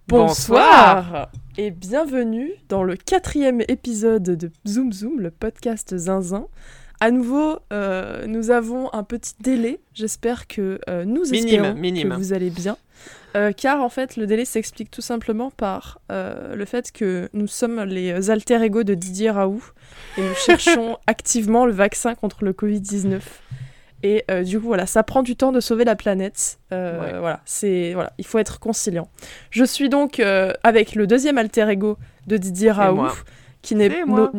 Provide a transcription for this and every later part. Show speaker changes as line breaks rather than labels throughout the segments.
Bonsoir et bienvenue dans le 4e épisode de Zoom Zoom, le podcast Zinzin. À nouveau, nous avons un petit délai. J'espère que espérons que vous allez bien. Car en fait, le délai s'explique tout simplement par le fait que nous sommes les alter ego de Didier Raoult et nous cherchons activement le vaccin contre le Covid-19. Et du coup, voilà, ça prend du temps de sauver la planète. Voilà, il faut être conciliant. Je suis donc avec le deuxième alter ego de Didier Raoult, qui n'est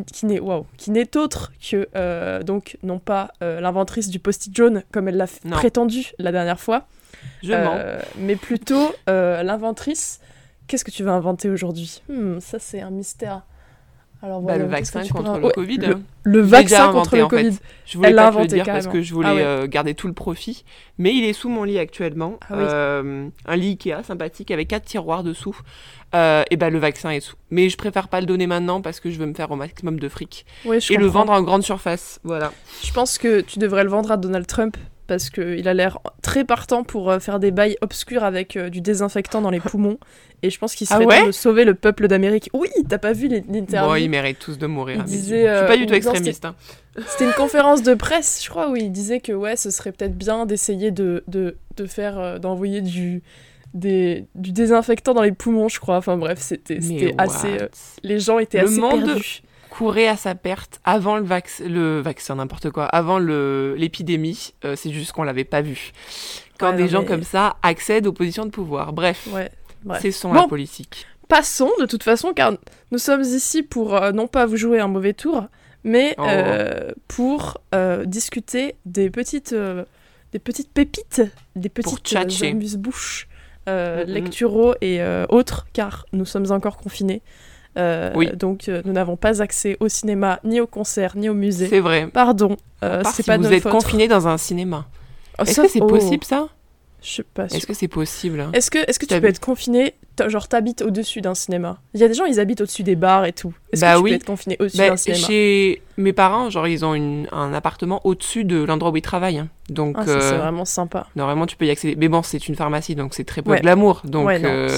autre que donc non pas l'inventrice du post-it jaune comme elle l'a prétendu la dernière fois. Mais plutôt l'inventrice. Qu'est-ce que tu vas inventer aujourd'hui ? Ça c'est un mystère. Alors,
voilà, le vaccin contre le Covid.
Le vaccin contre le Covid.
Je voulais pas te le dire parce que je voulais garder tout le profit. Mais il est sous mon lit actuellement. Un lit Ikea sympathique avec 4 tiroirs dessous. Et le vaccin est dessous. Mais je préfère pas le donner maintenant parce que je veux me faire au maximum de fric.
Oui,
et le vendre en grande surface. Voilà.
Je pense que tu devrais le vendre à Donald Trump. Parce qu'il a l'air très partant pour faire des bails obscurs avec du désinfectant dans les poumons. Et je pense qu'il serait temps de sauver le peuple d'Amérique. Oui, t'as pas vu l'interview ?
Bon, ils méritent tous de mourir.
Il disait,
je suis pas du tout extrémiste.
C'était une conférence de presse, je crois, où il disait que ce serait peut-être bien d'essayer de faire, d'envoyer du désinfectant dans les poumons, je crois. Enfin bref, c'était assez... les gens étaient assez perdus.
Courait à sa perte avant le vaccin, n'importe quoi, avant l'épidémie, c'est juste qu'on l'avait pas vu. Quand des gens comme ça accèdent aux positions de pouvoir. Bref. C'est la politique.
Passons, de toute façon, car nous sommes ici pour non pas vous jouer un mauvais tour, mais pour discuter des petites pépites, des petites amuse-bouches, lecturaux et autres, car nous sommes encore confinés. Donc nous n'avons pas accès au cinéma, ni au concert, ni au musée.
C'est vrai.
Pardon,
c'est pas notre faute. Vous êtes confiné dans un cinéma. Est-ce que c'est possible ça ?
Je sais pas.
Est-ce que c'est possible ?
Est-ce que tu peux être confiné, genre t'habites au-dessus d'un cinéma ? Il y a des gens, ils habitent au-dessus des bars et tout. Est-ce que tu peux être confiné au-dessus d'un cinéma ?
Chez mes parents, genre ils ont un appartement au-dessus de l'endroit où ils travaillent. Donc
ça, c'est vraiment sympa.
Normalement, tu peux y accéder. Mais bon, c'est une pharmacie, donc c'est très peu de l'amour. Donc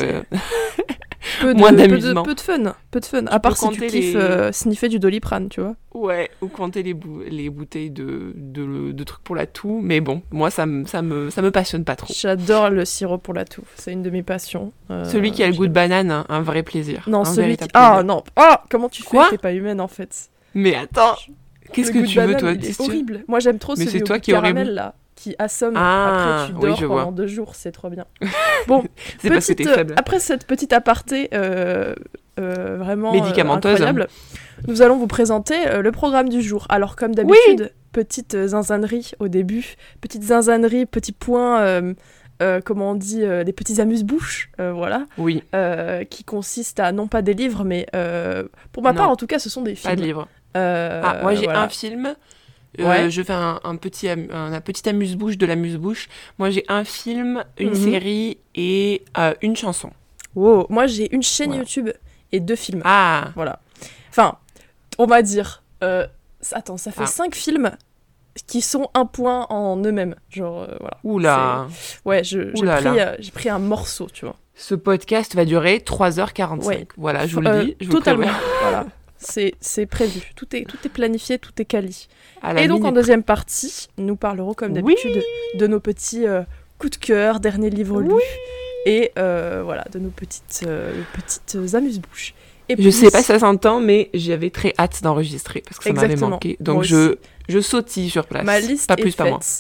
moins d'amusement. Peu de fun. À part si tu kiffes sniffer du Doliprane, tu vois.
Ouais, ou compter les bouteilles de trucs pour la toux. Mais bon, moi, ça me passionne pas trop.
J'adore le sirop pour la toux. C'est une de mes passions.
Celui qui a le goût de banane, un vrai plaisir.
Non, celui qui... Ah, non. Ah, comment tu fais ? T'es pas humaine, en fait.
Mais attends, qu'est-ce que tu veux, toi ?
C'est horrible. Moi, j'aime trop celui au goût de caramel, là. Qui assomme, après tu dors pendant 2 jours, c'est trop bien. Bon,
c'est parce que t'es faible.
Après cette petite aparté vraiment
médicamenteuse,
incroyable, nous allons vous présenter le programme du jour. Alors comme d'habitude, petite zinzanerie au début, petite zinzanerie, petit point, comment on dit, des petits amuse-bouches, qui consistent à non pas des livres, mais pour ma part en tout cas, ce sont des films.
Pas de livres. Moi j'ai un film. Je fais un petit amuse-bouche de l'amuse-bouche. Moi, j'ai un film, une série et une chanson.
Wow. Moi, j'ai une chaîne YouTube et 2 films.
Ah.
Voilà. Enfin, on va dire... Attends, ça fait 5 films qui sont un point en eux-mêmes. Genre, voilà.
Oula.
Ouais, j'ai pris un morceau, tu vois.
Ce podcast va durer 3h45. Ouais. Voilà, je vous le dis.
Totalement. Voilà. C'est prévu, tout est planifié, tout est quali. Et donc en deuxième partie, nous parlerons comme d'habitude de nos petits coups de cœur, derniers livres lus, et de nos petites amuse-bouches. Et
je sais pas si ça s'entend, mais j'avais très hâte d'enregistrer parce que ça m'avait manqué. Donc je sautille sur place.
Ma liste
pas plus,
est
pas moins.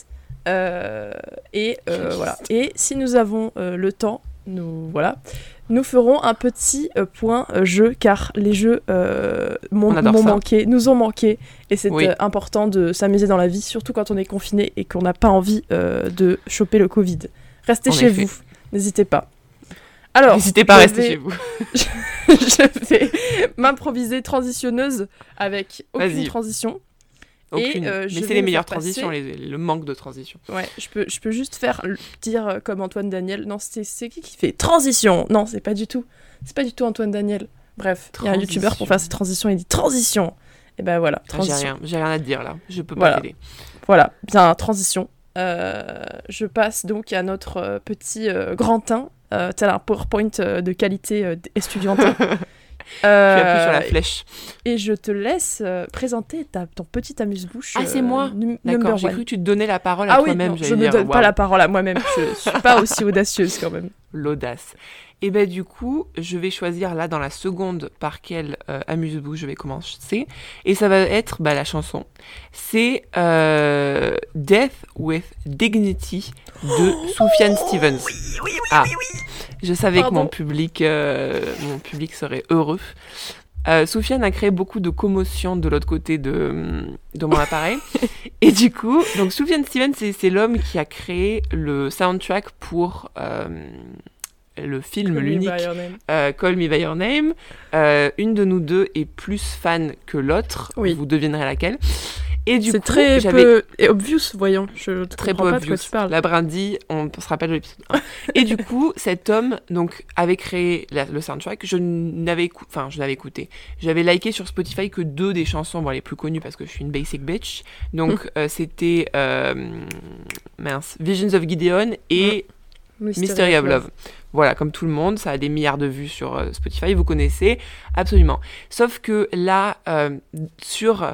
Voilà. Et si nous avons le temps, nous ferons un petit point jeu, car les jeux nous ont manqué, et c'est important de s'amuser dans la vie, surtout quand on est confiné et qu'on n'a pas envie de choper le Covid. Restez chez vous, n'hésitez pas. Alors,
n'hésitez pas à rester chez vous.
Je vais m'improviser transitionneuse avec aucune transition.
Aucune. Mais c'est les meilleures transitions, le manque de transition.
Ouais, je peux juste dire comme Antoine Daniel. Non, c'est qui fait transition ? Non, c'est pas du tout Antoine Daniel. Bref, il y a un youtubeur pour faire ses transitions, il dit transition. Et ben voilà, transition.
J'ai rien à te dire là, je peux pas t'aider.
Voilà, bien, transition. Je passe donc à notre petit Grantin tel un PowerPoint de qualité étudiante.
Tu appuies sur la flèche.
Et je te laisse présenter ton petit amuse-bouche.
Ah, c'est moi. D'accord, j'ai cru que tu te donnais la parole à toi-même.
Non, je ne donne pas la parole à moi-même. Je ne suis pas aussi audacieuse quand même.
L'audace. Et ben du coup, je vais choisir là dans la seconde par quel amuse-bouche je vais commencer. Et ça va être la chanson. C'est Death with Dignity de Sufjan Stevens. Oui. Je savais que mon public serait heureux. Sufjan a créé beaucoup de commotion de l'autre côté de mon appareil. Et du coup, donc Sufjan Stevens, c'est l'homme qui a créé le soundtrack pour le film, l'unique Call Me By Your Name. Une de nous deux est plus fan que l'autre. Oui. Vous devinerez laquelle. Et du
c'est coup, très peu obvious, voyons. Je
très peu obvious. De quoi tu parles. La brindille, on se rappelle de l'épisode 1. Et du coup, cet homme donc, avait créé le soundtrack. Je l'avais écouté. J'avais liké sur Spotify que 2 des chansons, les plus connues parce que je suis une basic bitch. Donc, c'était Visions of Gideon et Mystery of Love. Voilà, comme tout le monde, ça a des milliards de vues sur Spotify, vous connaissez absolument. Sauf que là, sur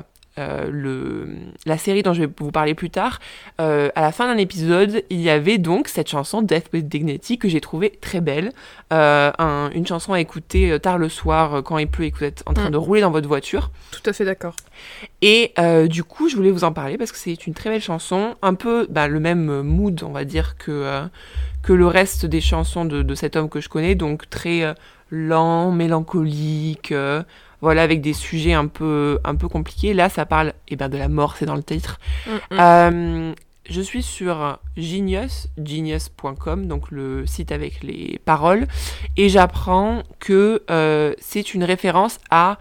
la série dont je vais vous parler plus tard, à la fin d'un épisode, il y avait donc cette chanson Death with Dignity que j'ai trouvée très belle. Une chanson à écouter tard le soir quand il pleut et que vous êtes en train de rouler dans votre voiture.
Tout à fait d'accord.
Et du coup, je voulais vous en parler parce que c'est une très belle chanson, un peu le même mood, on va dire, que le reste des chansons de cet homme que je connais, donc très lent, mélancolique, avec des sujets un peu compliqués. Là, ça parle de la mort, c'est dans le titre. Je suis sur genius.com, donc le site avec les paroles, et j'apprends que c'est une référence à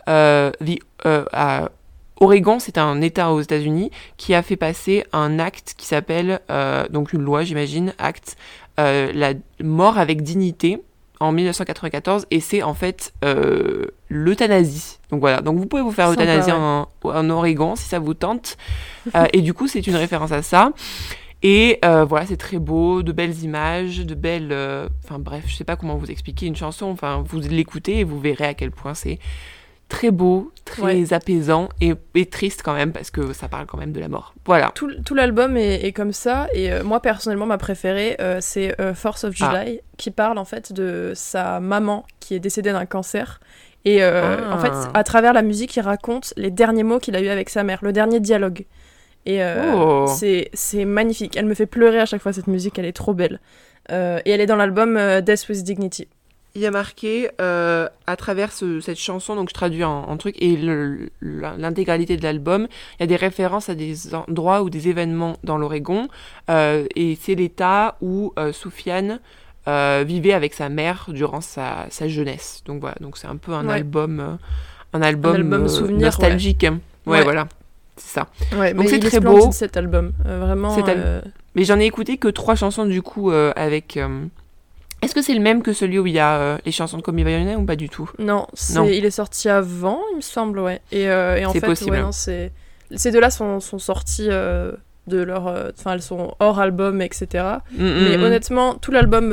Oregon, c'est un État aux États-Unis qui a fait passer un acte qui s'appelle, donc une loi, j'imagine, acte, la mort avec dignité en 1994, et c'est en fait l'euthanasie. Donc voilà, donc vous pouvez vous faire euthanasier en Oregon si ça vous tente. Et du coup, c'est une référence à ça. Et c'est très beau, de belles images, de belles... bref, je sais pas comment vous expliquer une chanson. Vous l'écoutez et vous verrez à quel point c'est très beau, très apaisant et triste quand même parce que ça parle quand même de la mort. Voilà.
Tout l'album est comme ça et moi personnellement ma préférée c'est Force of July qui parle en fait de sa maman qui est décédée d'un cancer et en fait à travers la musique il raconte les derniers mots qu'il a eu avec sa mère, le dernier dialogue et c'est magnifique. Elle me fait pleurer à chaque fois cette musique, elle est trop belle et elle est dans l'album Death with Dignity.
Il y a marqué à travers cette chanson, donc je traduis en truc, et l'intégralité de l'album, il y a des références à des endroits ou des événements dans l'Oregon, et c'est l'état où Sufjan vivait avec sa mère durant sa jeunesse. Donc voilà, donc c'est un peu un album
souvenir,
nostalgique. Ouais, voilà, c'est ça.
Ouais,
donc
mais
c'est très
beau.
Beau.
Cet album, vraiment.
Mais j'en ai écouté que 3 chansons du coup avec. Est-ce que c'est le même que celui où il y a les chansons de Call Me By Your Name ou pas du tout ?
Non, il est sorti avant, il me semble, ouais. Et en fait,
possible.
Ces deux-là sont sortis de leur... elles sont hors album, etc. Mais honnêtement, tout l'album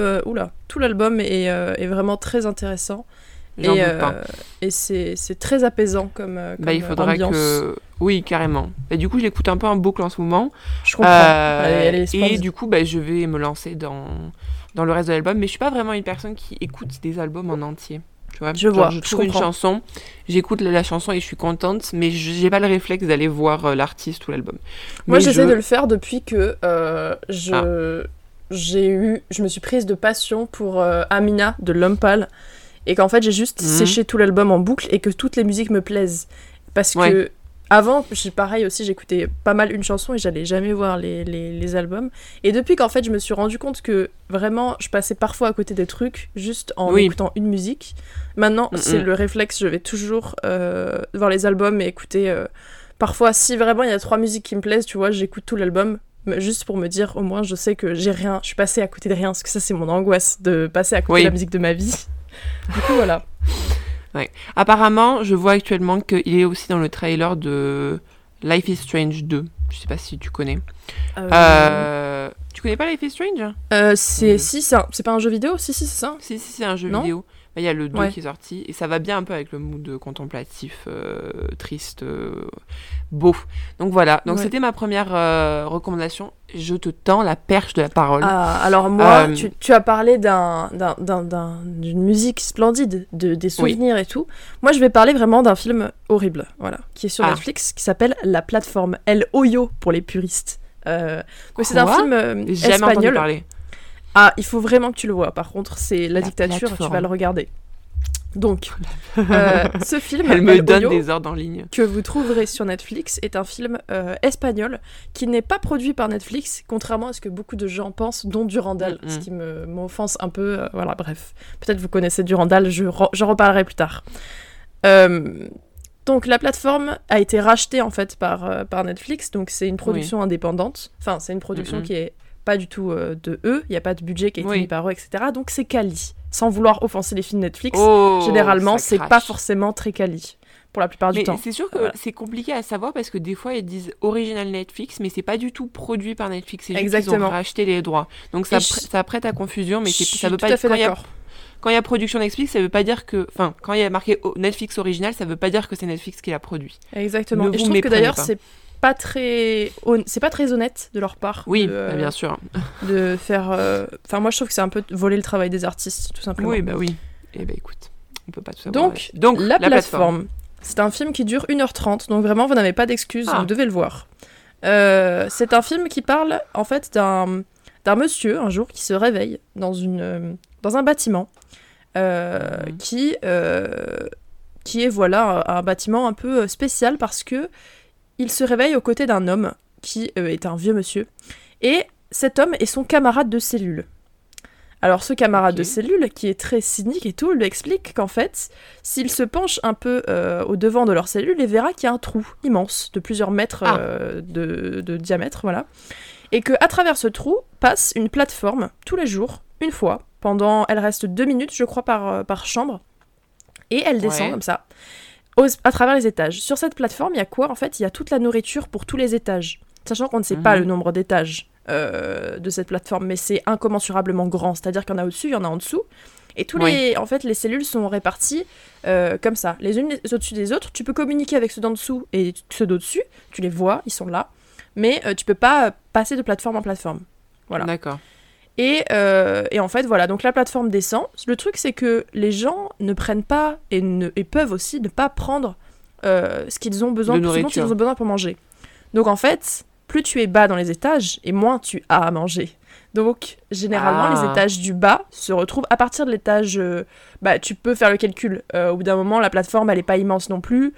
est vraiment très intéressant.
J'en doute pas.
Et c'est très apaisant comme
il faudra ambiance. Oui, carrément. Et du coup, je l'écoute un peu en boucle en ce moment.
Je comprends. Elle est
et du coup, je vais me lancer dans le reste de l'album, mais je suis pas vraiment une personne qui écoute des albums en entier. Tu vois, je trouve une chanson, j'écoute la chanson et je suis contente, mais j'ai pas le réflexe d'aller voir l'artiste ou l'album.
Moi, j'essaie de le faire depuis que je me suis prise de passion pour Amina de L'Homme Pâle, et qu'en fait, j'ai juste séché tout l'album en boucle et que toutes les musiques me plaisent. Parce que avant, pareil aussi, j'écoutais pas mal une chanson et j'allais jamais voir les albums. Et depuis qu'en fait, je me suis rendu compte que vraiment, je passais parfois à côté des trucs juste en écoutant une musique. Maintenant, c'est le réflexe, je vais toujours voir les albums et écouter. Parfois, si vraiment il y a 3 musiques qui me plaisent, tu vois, j'écoute tout l'album. Juste pour me dire, au moins, je sais que j'ai rien, je suis passée à côté de rien. Parce que ça, c'est mon angoisse, de passer à côté de la musique de ma vie. Du coup, voilà.
Ouais. Apparemment, je vois actuellement qu'il est aussi dans le trailer de Life is Strange 2. Je sais pas si tu connais. Tu connais pas Life is Strange?
C'est pas un jeu vidéo? Si, c'est ça.
Si, c'est un jeu vidéo. Il y a le 2 qui est sorti, et ça va bien un peu avec le mood contemplatif, triste, beau. Donc voilà, c'était ma première recommandation. Je te tends la perche de la parole.
Alors moi, tu as parlé d'une musique splendide, des souvenirs et tout. Moi, je vais parler vraiment d'un film horrible, voilà, qui est sur Netflix, qui s'appelle La Plateforme, El Hoyo pour les puristes. C'est un film
J'ai jamais
espagnol.
entendu parler.
Il faut vraiment que tu le vois. Par contre, c'est la dictature, tu vas le regarder. Donc, ce film,
elle me donne des ordres en ligne,
que vous trouverez sur Netflix, est un film espagnol qui n'est pas produit par Netflix, contrairement à ce que beaucoup de gens pensent, dont Durandal, ce qui m'offense un peu. Voilà, bref. Peut-être vous connaissez Durandal, j'en reparlerai plus tard. Donc, la plateforme a été rachetée en fait par Netflix, donc c'est une production indépendante. Enfin, c'est une production qui est pas du tout de eux, il n'y a pas de budget qui a été mis par eux, etc. Donc c'est quali. Sans vouloir offenser les films Netflix, généralement, c'est pas forcément très quali, pour la plupart du temps.
Mais c'est sûr que c'est compliqué à savoir, parce que des fois, ils disent original Netflix, mais c'est pas du tout produit par Netflix, c'est juste qu'ils ont racheté les droits. Donc ça prête à confusion, mais ça veut pas dire... Quand il y a production Netflix, ça veut pas dire que... Enfin, quand il y a marqué Netflix original, ça veut pas dire que c'est Netflix qui l'a produit.
Exactement. Et je trouve que d'ailleurs, c'est pas très honnête de leur part.
Oui, bien sûr.
De faire... Enfin, moi, je trouve que c'est un peu voler le travail des artistes, tout simplement.
Oui, bah oui. Eh ben écoute, on peut pas tout savoir.
Donc la plateforme. C'est un film qui dure 1h30, donc vraiment, vous n'avez pas d'excuses, vous devez le voir. C'est un film qui parle, en fait, d'un monsieur, un jour, qui se réveille dans un bâtiment, qui est, voilà, un bâtiment un peu spécial, parce que il se réveille aux côtés d'un homme qui est un vieux monsieur. Et cet homme est son camarade de cellule. Alors ce camarade de cellule, qui est très cynique et tout, lui explique qu'en fait, s'il se penche un peu au devant de leur cellule, il verra qu'il y a un trou immense de plusieurs mètres de diamètre, voilà. Et qu'à travers ce trou passe une plateforme tous les jours, une fois, elle reste 2 minutes, je crois, par chambre. Et elle descend comme ça. À travers les étages. Sur cette plateforme, il y a quoi? En fait, il y a toute la nourriture pour tous les étages. Sachant qu'on ne sait pas le nombre d'étages de cette plateforme, mais c'est incommensurablement grand. C'est-à-dire qu'il y en a au-dessus, il y en a en dessous. Et en fait, les cellules sont réparties comme ça, les unes au-dessus des autres. Tu peux communiquer avec ceux d'en dessous et ceux d'au-dessus. Tu les vois, ils sont là. Mais tu peux pas passer de plateforme en plateforme. Voilà.
D'accord.
Et en fait, voilà, donc la plateforme descend. Le truc, c'est que les gens ne prennent pas et peuvent aussi ne pas prendre ce qu'ils ont besoin, ce dont ils ont besoin pour manger. Donc en fait, plus tu es bas dans les étages, et moins tu as à manger. Donc, généralement, les étages du bas se retrouvent à partir de l'étage... tu peux faire le calcul. Au bout d'un moment, la plateforme, elle n'est pas immense non plus.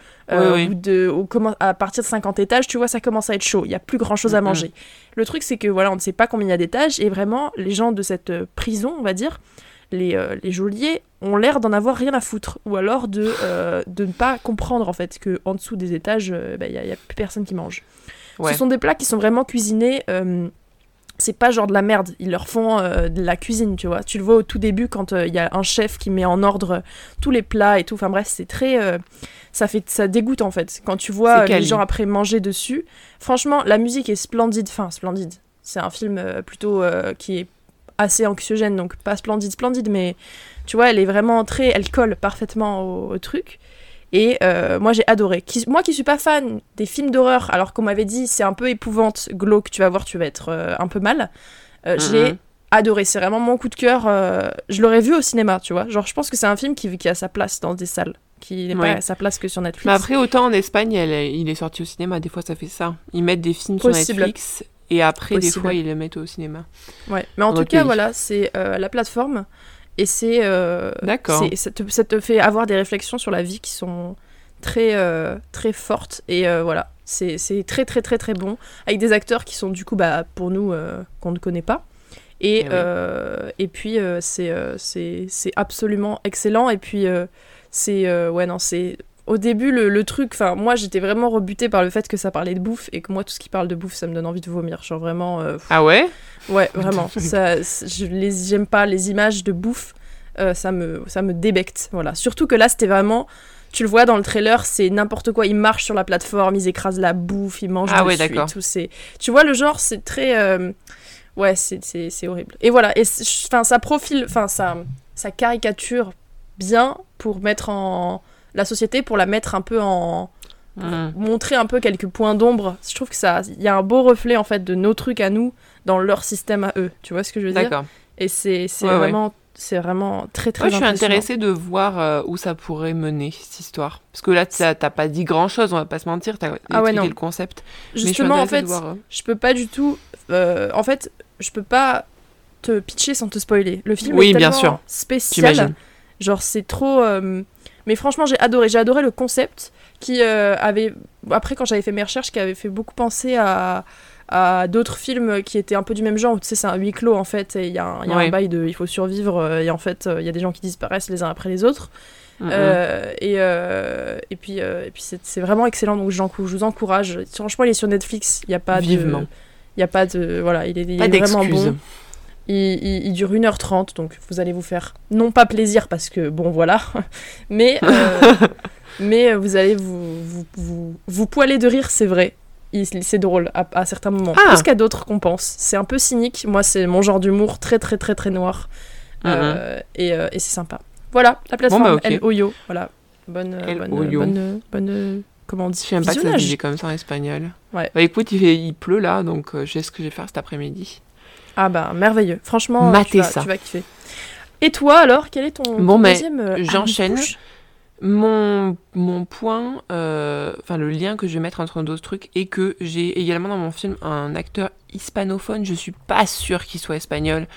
À partir de 50 étages, tu vois, ça commence à être chaud. Il n'y a plus grand-chose à manger. Le truc, c'est que, voilà, on ne sait pas combien il y a d'étages. Et vraiment, les gens de cette prison, on va dire, les geôliers, ont l'air d'en avoir rien à foutre. Ou alors de ne pas comprendre, en fait, qu'en dessous des étages, il n'y a plus personne qui mange. Ouais. Ce sont des plats qui sont vraiment cuisinés... c'est pas genre de la merde, ils leur font de la cuisine, tu vois. Tu le vois au tout début quand il y a un chef qui met en ordre tous les plats et tout. Enfin bref, c'est très... ça dégoûte en fait. Quand tu vois les gens après manger dessus. Franchement, la musique est splendide. Enfin, splendide. C'est un film plutôt qui est assez anxiogène, donc pas splendide, mais tu vois, elle est vraiment elle colle parfaitement au truc. Et moi j'ai adoré. Moi qui suis pas fan des films d'horreur, alors qu'on m'avait dit c'est un peu épouvante, glauque, tu vas voir, tu vas être un peu mal. J'ai adoré, c'est vraiment mon coup de cœur. Je l'aurais vu au cinéma, tu vois. Genre je pense que c'est un film qui a sa place dans des salles, qui n'est pas à sa place que sur Netflix.
Mais après, autant en Espagne, il est sorti au cinéma, des fois ça fait ça. Ils mettent des films sur Netflix et après des fois ils les mettent au cinéma. Ouais, mais en tout cas voilà, c'est la plateforme. Et d'accord. Ça te fait avoir des réflexions sur la vie qui sont très, très fortes. Et voilà, c'est très, très, très, très bon. Avec des acteurs qui sont du coup, pour nous, qu'on ne connaît pas. Et puis, c'est absolument excellent. Et puis, c'est... Au début, le truc... Enfin, moi, j'étais vraiment rebutée par le fait que ça parlait de bouffe. Et que moi, tout ce qui parle de bouffe, ça me donne envie de vomir. Genre vraiment... Ah ouais?
Ouais, vraiment. J'aime pas les images de bouffe. Ça me débecte. Voilà. Surtout que là, c'était vraiment... Tu le vois dans le trailer, c'est n'importe quoi. Ils marchent sur la plateforme, ils écrasent la bouffe, ils mangent dessus et tout. Tu vois, le genre, c'est très... Ouais, c'est horrible. Et voilà, et ça profile, ça caricature bien pour mettre en... la société, pour la mettre un peu en... montrer un peu quelques points d'ombre. Je trouve que il y a un beau reflet, en fait, de nos trucs à nous dans leur système à eux. Tu vois ce que je veux dire ?
D'accord.
Et c'est vraiment... C'est vraiment très, très
impressionnant. Je suis intéressée de voir où ça pourrait mener, cette histoire. Parce que là, t'as pas dit grand-chose, on va pas se mentir. T'as expliqué le concept.
Justement, en fait, je peux pas du tout... en fait, je peux pas te pitcher sans te spoiler. Le film est tellement spécial. J'imagine. Genre, c'est trop... Mais franchement, j'ai adoré. J'ai adoré le concept qui avait... Après, quand j'avais fait mes recherches, qui avait fait beaucoup penser à d'autres films qui étaient un peu du même genre, où tu sais, c'est un huis clos en fait, et il y a un bail de il faut survivre, et en fait il y a des gens qui disparaissent les uns après les autres. Et puis c'est vraiment excellent, donc je vous encourage. Franchement, il est sur Netflix, il n'y a pas
Vivement.
Il y a pas de... Voilà, il est vraiment bon. Il dure 1h30, donc vous allez vous faire, non pas plaisir, parce que bon voilà, mais vous allez vous poiler de rire, c'est vrai. C'est drôle à certains moments, plus qu'à d'autres qu'on pense. C'est un peu cynique, moi c'est mon genre d'humour très très très très noir, et c'est sympa. Voilà, la plateforme El Hoyo, voilà. Bonne comment on dit,
je sais même pas que ça se disait comme ça en espagnol. Ouais. Bah écoute, il pleut là, donc je sais ce que je vais faire cet après-midi.
Ah bah merveilleux, franchement tu vas kiffer. Et toi alors, quel est ton deuxième
j'enchaîne. Mon point, le lien que je vais mettre entre d'autres trucs, est que j'ai également dans mon film un acteur hispanophone. Je suis pas sûre qu'il soit espagnol.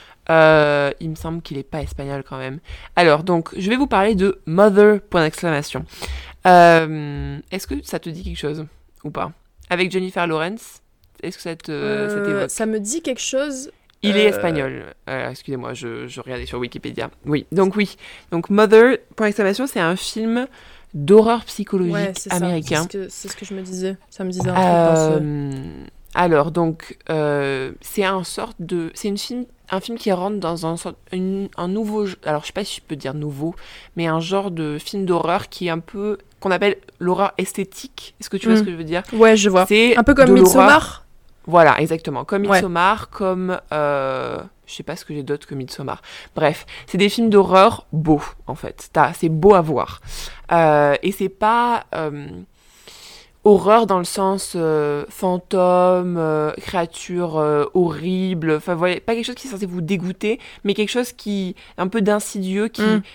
Il me semble qu'il est pas espagnol quand même. Alors donc, je vais vous parler de Mother, point d'exclamation. Est-ce que ça te dit quelque chose ou pas ? Avec Jennifer Lawrence, est-ce que ça t'évoque ?
Ça me dit quelque chose.
Il est espagnol. Excusez-moi, je regardais sur Wikipédia. Oui. Donc Mother, point d'exclamation, c'est un film d'horreur psychologique américain.
C'est ce que je me disais. Ça me disait un truc dans ce...
Alors, donc, c'est un film qui rentre dans un nouveau... Alors, je sais pas si je peux dire nouveau, mais un genre de film d'horreur qui est un peu... qu'on appelle l'horreur esthétique. Est-ce que tu vois ce que je veux dire ?
Ouais, je vois.
C'est
un peu comme Midsommar.
Voilà, exactement. Comme Midsommar, comme... je sais pas ce que j'ai d'autre que Midsommar. Bref, c'est des films d'horreur beaux, en fait. C'est beau à voir. Et c'est pas... horreur dans le sens fantôme, créature horrible, enfin voilà, pas quelque chose qui est censé vous dégoûter, mais quelque chose qui un peu d'insidieux,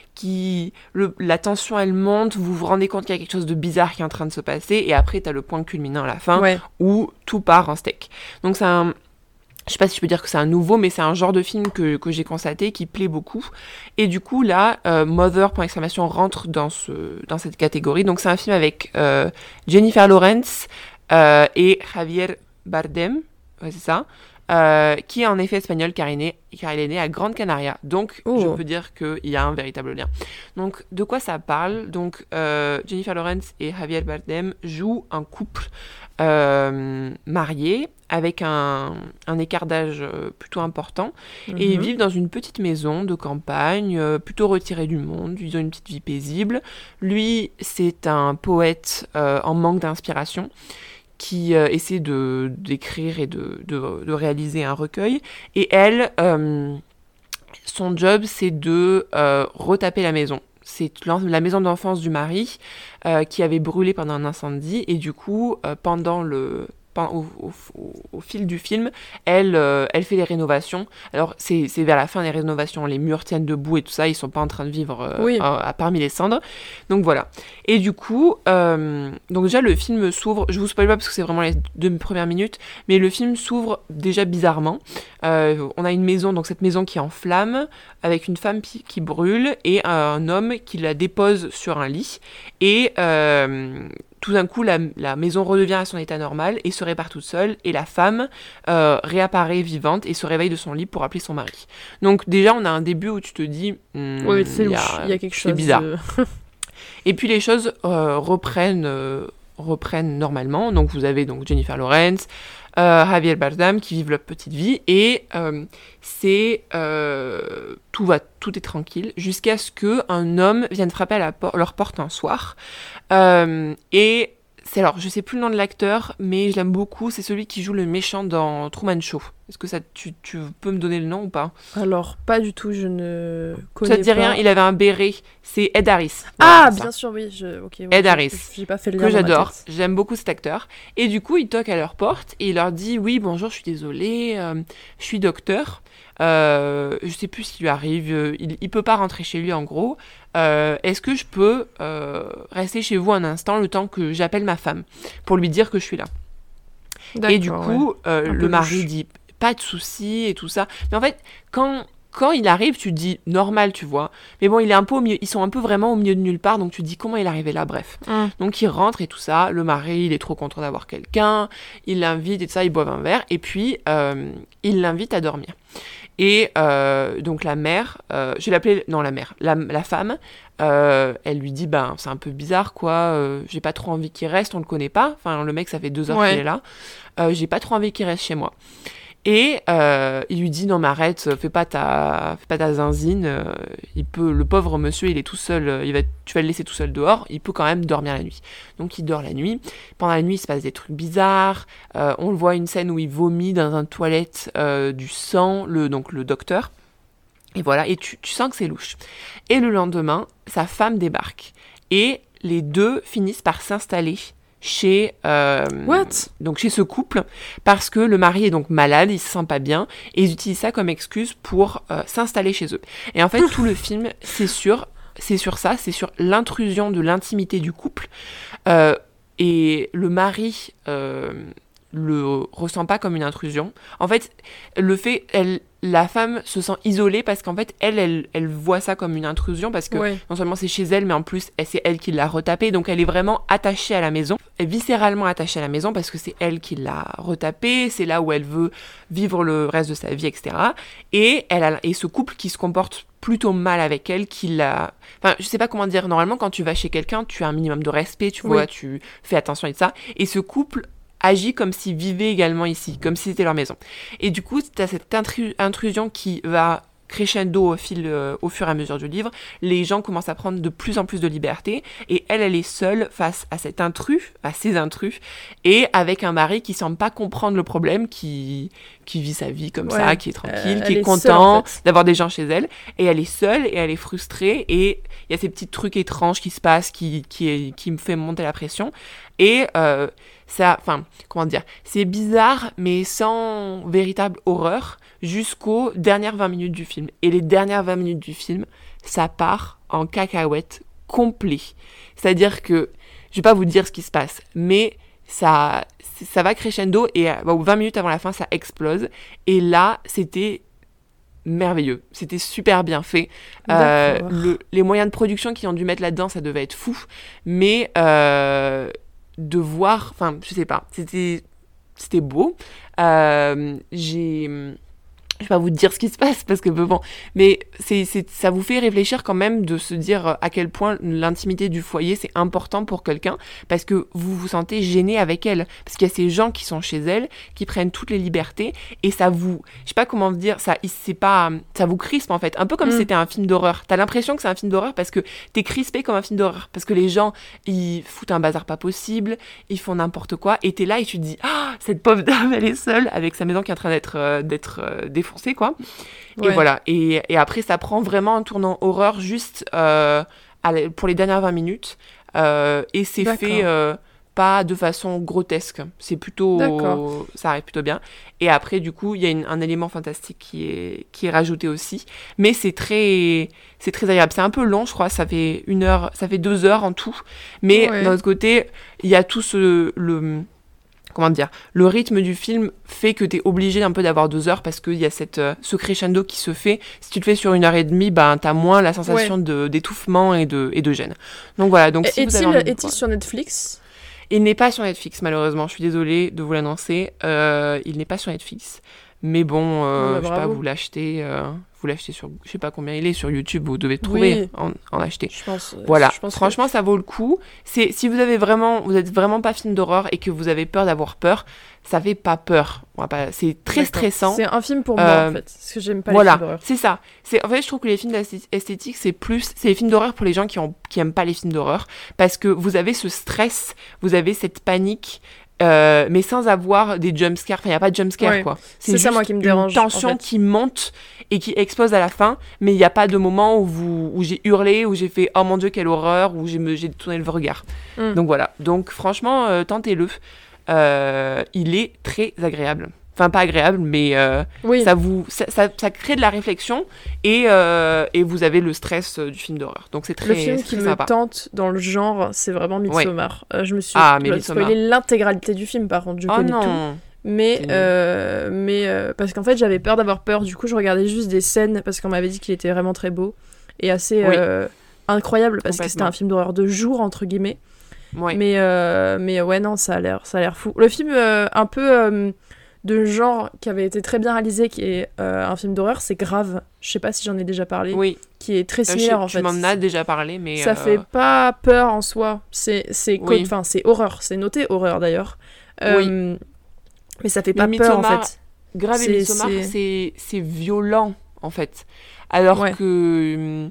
la tension elle monte, vous vous rendez compte qu'il y a quelque chose de bizarre qui est en train de se passer, et après t'as le point culminant à la fin où tout part en steak. Donc c'est je sais pas si je peux dire que c'est un nouveau, mais c'est un genre de film que j'ai constaté qui plaît beaucoup. Et du coup, là, Mother, point d'exclamation, rentre dans cette catégorie. Donc, c'est un film avec Jennifer Lawrence et Javier Bardem, c'est ça, qui est en effet espagnol car il est né à Grande Canaria. Donc, je peux dire qu'il y a un véritable lien. Donc, de quoi ça parle ? Donc, Jennifer Lawrence et Javier Bardem jouent un couple mariés avec un écart d'âge plutôt important, et ils vivent dans une petite maison de campagne, plutôt retirée du monde. Ils ont une petite vie paisible. Lui, c'est un poète en manque d'inspiration qui essaie d'écrire et de réaliser un recueil. Et elle, son job, c'est de retaper la maison. C'est la maison d'enfance du mari qui avait brûlé pendant un incendie, et du coup, au fil du film, elle fait les rénovations. Alors, c'est vers la fin des rénovations, les murs tiennent debout et tout ça, ils sont pas en train de vivre parmi les cendres. Donc voilà. Et du coup, donc déjà, le film s'ouvre, je vous spoil pas parce que c'est vraiment les 2 premières minutes, mais le film s'ouvre déjà bizarrement. On a une maison, donc cette maison qui est en flammes, avec une femme qui brûle, et un homme qui la dépose sur un lit, et tout d'un coup, la maison redevient à son état normal et se répare toute seule, et la femme réapparaît vivante et se réveille de son lit pour appeler son mari. Donc déjà, on a un début où tu te dis...
oui, c'est louche, il y a quelque chose...
C'est bizarre. Et puis les choses reprennent normalement. Donc vous avez donc Jennifer Lawrence, Javier Bardem qui vivent leur petite vie, et tout est tranquille jusqu'à ce qu'un homme vienne frapper à leur porte un soir, et alors, je sais plus le nom de l'acteur, mais je l'aime beaucoup. C'est celui qui joue le méchant dans Truman Show. Est-ce que tu peux me donner le nom ou pas ?
Alors, pas du tout, je ne connais pas.
Ça te dit rien ? Il avait un béret. C'est Ed Harris.
Voilà, bien sûr, oui.
Ed Harris.
J'ai pas fait le lien
que
dans
j'adore.
ma tête.
J'aime beaucoup cet acteur. Et du coup, il toque à leur porte et il leur dit « Oui, bonjour, je suis désolée, je suis docteur. Je sais plus ce qui lui arrive. Il peut pas rentrer chez lui, en gros. Est-ce que je peux rester chez vous un instant le temps que j'appelle ma femme pour lui dire que je suis là ?» Et du coup, le mari dit « Pas de souci et tout ça. » Mais en fait, quand il arrive, tu te dis normal, tu vois. Mais bon, il est un peu au milieu, ils sont un peu vraiment au milieu de nulle part, donc tu te dis comment il est arrivé là, bref. Donc il rentre et tout ça, le mari, il est trop content d'avoir quelqu'un, il l'invite et tout ça, ils boivent un verre, et puis il l'invite à dormir. Et donc la mère, je vais l'appeler, non la mère, la femme, elle lui dit, c'est un peu bizarre quoi, j'ai pas trop envie qu'il reste, on le connaît pas, enfin le mec ça fait 2 heures qu'il est là, j'ai pas trop envie qu'il reste chez moi. Et il lui dit non mais arrête, fais pas ta zinzine, le pauvre monsieur il est tout seul, tu vas le laisser tout seul dehors, il peut quand même dormir la nuit. Donc il dort la nuit. Pendant la nuit il se passe des trucs bizarres. On le voit une scène où il vomit dans une toilette du sang, donc le docteur. Et voilà, et tu sens que c'est louche. Et le lendemain, sa femme débarque et les deux finissent par s'installer chez ce couple parce que le mari est donc malade, il se sent pas bien et ils utilisent ça comme excuse pour s'installer chez eux. Et en fait tout le film c'est sur l'intrusion de l'intimité du couple et le mari le ressent pas comme une intrusion. En fait, la femme se sent isolée parce qu'en fait, elle voit ça comme une intrusion parce que non seulement c'est chez elle, mais en plus, c'est elle qui l'a retapé. Donc, elle est vraiment attachée à la maison, viscéralement attachée à la maison parce que c'est elle qui l'a retapé, c'est là où elle veut vivre le reste de sa vie, etc. Et ce couple qui se comporte plutôt mal avec elle, enfin, je sais pas comment dire, normalement, quand tu vas chez quelqu'un, tu as un minimum de respect, tu vois, tu fais attention et tout ça. Et ce couple agit comme s'ils vivaient également ici, comme si c'était leur maison. Et du coup, tu as cette intrusion qui va crescendo au fur et à mesure du livre. Les gens commencent à prendre de plus en plus de liberté et elle est seule face à ces intrus, et avec un mari qui semble pas comprendre le problème, qui vit sa vie comme ça, qui est tranquille, qui est content d'avoir des gens chez elle, et elle est seule et elle est frustrée et il y a ces petits trucs étranges qui se passent qui me fait monter la pression et c'est bizarre mais sans véritable horreur jusqu'aux dernières 20 minutes du film. Et les dernières 20 minutes du film, ça part en cacahuète complet. C'est-à-dire que, je vais pas vous dire ce qui se passe, mais ça va crescendo et 20 minutes avant la fin, ça explose. Et là, c'était merveilleux. C'était super bien fait. Les moyens de production qu'ils ont dû mettre là-dedans, ça devait être fou. Mais de voir, enfin, je sais pas, c'était beau. Je vais pas vous dire ce qui se passe parce que bon, mais ça vous fait réfléchir quand même de se dire à quel point l'intimité du foyer c'est important pour quelqu'un parce que vous vous sentez gêné avec elle parce qu'il y a ces gens qui sont chez elle qui prennent toutes les libertés et ça vous, je sais pas comment dire, ça vous crispe en fait, un peu comme si c'était un film d'horreur. T'as l'impression que c'est un film d'horreur parce que t'es crispé comme un film d'horreur parce que les gens ils foutent un bazar pas possible, ils font n'importe quoi et t'es là et tu te dis cette pauvre dame elle est seule avec sa maison qui est en train d'être défoncée quoi. Et voilà, et après ça prend vraiment un tournant horreur juste pour les dernières 20 minutes et c'est fait pas de façon grotesque, c'est plutôt ça arrive plutôt bien et après du coup il y a un élément fantastique qui est rajouté aussi, mais c'est très agréable. C'est un peu long, je crois, ça fait 1 heure, ça fait 2 heures en tout, mais d'un autre côté il y a tout le rythme du film fait que t'es obligé un peu d'avoir 2 heures parce qu'il y a ce crescendo qui se fait. Si tu le fais sur 1h30, t'as moins la sensation d'étouffement et de gêne. Donc voilà. Donc,
est-il sur Netflix ?
Il n'est pas sur Netflix, malheureusement. Je suis désolée de vous l'annoncer. Il n'est pas sur Netflix. Mais bon, je sais pas, vous l'achetez sur, je sais pas combien il est sur YouTube, vous devez trouver, en acheter.
Je pense.
Voilà,
je pense
franchement, ça vaut le coup. Si vous êtes vraiment pas film d'horreur et que vous avez peur d'avoir peur, ça fait pas peur. C'est très stressant.
C'est un film pour moi, en fait, parce que j'aime pas les films d'horreur.
C'est ça. En fait, je trouve que les films esthétiques, c'est les films d'horreur pour les gens qui aiment pas les films d'horreur, parce que vous avez ce stress, vous avez cette panique. Mais sans avoir des jumpscares, il n'y a pas de jumpscare quoi.
C'est ça moi qui me dérange.
Une tension qui monte et qui explose à la fin, mais il n'y a pas de moment où j'ai hurlé, où j'ai fait oh mon dieu quelle horreur, où j'ai tourné le regard. Donc voilà, donc franchement tentez-le, il est très agréable. Enfin, pas agréable, mais ça crée de la réflexion et vous avez le stress du film d'horreur. Donc, c'est très sympa.
Le film qui me tente dans le genre, c'est vraiment Midsommar. Je me suis
spoilé
l'intégralité du film, par contre. Je connais tout. Mais parce qu'en fait, j'avais peur d'avoir peur. Du coup, je regardais juste des scènes parce qu'on m'avait dit qu'il était vraiment très beau et assez incroyable parce que c'était un film d'horreur de jour, entre guillemets. Oui. Mais ouais, non, ça a l'air fou. Le film, un peu... de genre qui avait été très bien réalisé, qui est un film d'horreur, c'est Grave. Je sais pas si j'en ai déjà parlé. Oui. Qui est très similaire en fait.
Tu m'en as déjà parlé, mais
ça fait pas peur en soi. C'est horreur. C'est noté horreur d'ailleurs. Mais ça fait pas peur en fait.
Grave et Midsommar, c'est violent en fait. Alors que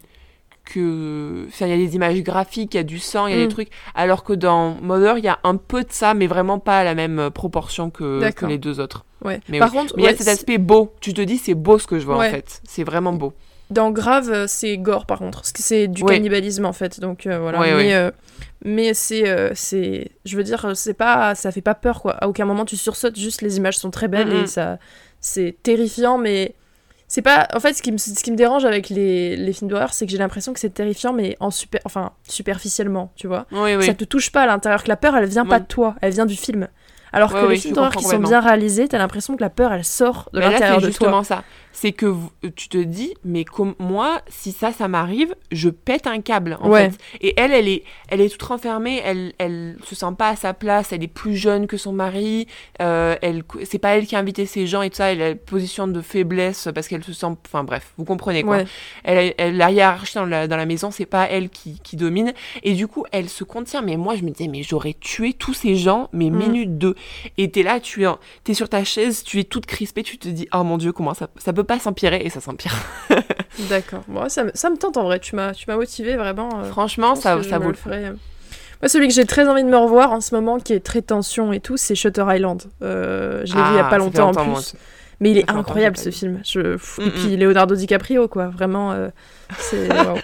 il y a des images graphiques, il y a du sang, il y a des trucs, alors que dans Mother il y a un peu de ça, mais vraiment pas à la même proportion que les deux autres. Mais par contre, il y a cet aspect beau, tu te dis c'est beau ce que je vois en fait, c'est vraiment beau.
Dans Grave c'est gore par contre, parce que c'est du cannibalisme en fait, donc voilà. Mais c'est je veux dire, ça fait pas peur quoi, à aucun moment tu sursautes, juste les images sont très belles et ça c'est terrifiant, mais c'est pas... En fait, ce qui me dérange avec les films d'horreur, c'est que j'ai l'impression que c'est terrifiant, mais superficiellement, tu vois. Ça te touche pas à l'intérieur, que la peur, elle vient pas de toi, elle vient du film. Alors que les films d'horreur qui sont bien réalisés, t'as l'impression que la peur, elle sort de l'intérieur de toi.
C'est justement ça. C'est que tu te dis, mais moi, si ça m'arrive, je pète un câble, en fait. Et elle est toute renfermée, elle se sent pas à sa place, elle est plus jeune que son mari, c'est pas elle qui a invité ces gens et tout ça, elle a une position de faiblesse parce qu'elle se sent... Enfin bref, vous comprenez quoi. La hiérarchie dans la maison, c'est pas elle qui domine. Et du coup, elle se contient. Mais moi, je me disais, mais j'aurais tué tous ces gens, mais minute 2. Et t'es là, t'es sur ta chaise, tu es toute crispée, tu te dis, oh mon Dieu, comment ça peut pas s'empirer, et ça s'empire.
D'accord. Bon, ça me tente en vrai, tu m'as motivée vraiment.
Franchement, ça vaut le coup.
Moi, celui que j'ai très envie de me revoir en ce moment, qui est très tension et tout, c'est Shutter Island. Je l'ai vu il y a pas longtemps en plus. Mais il est incroyable ce film. Et puis Leonardo DiCaprio, quoi. Vraiment, c'est... Wow.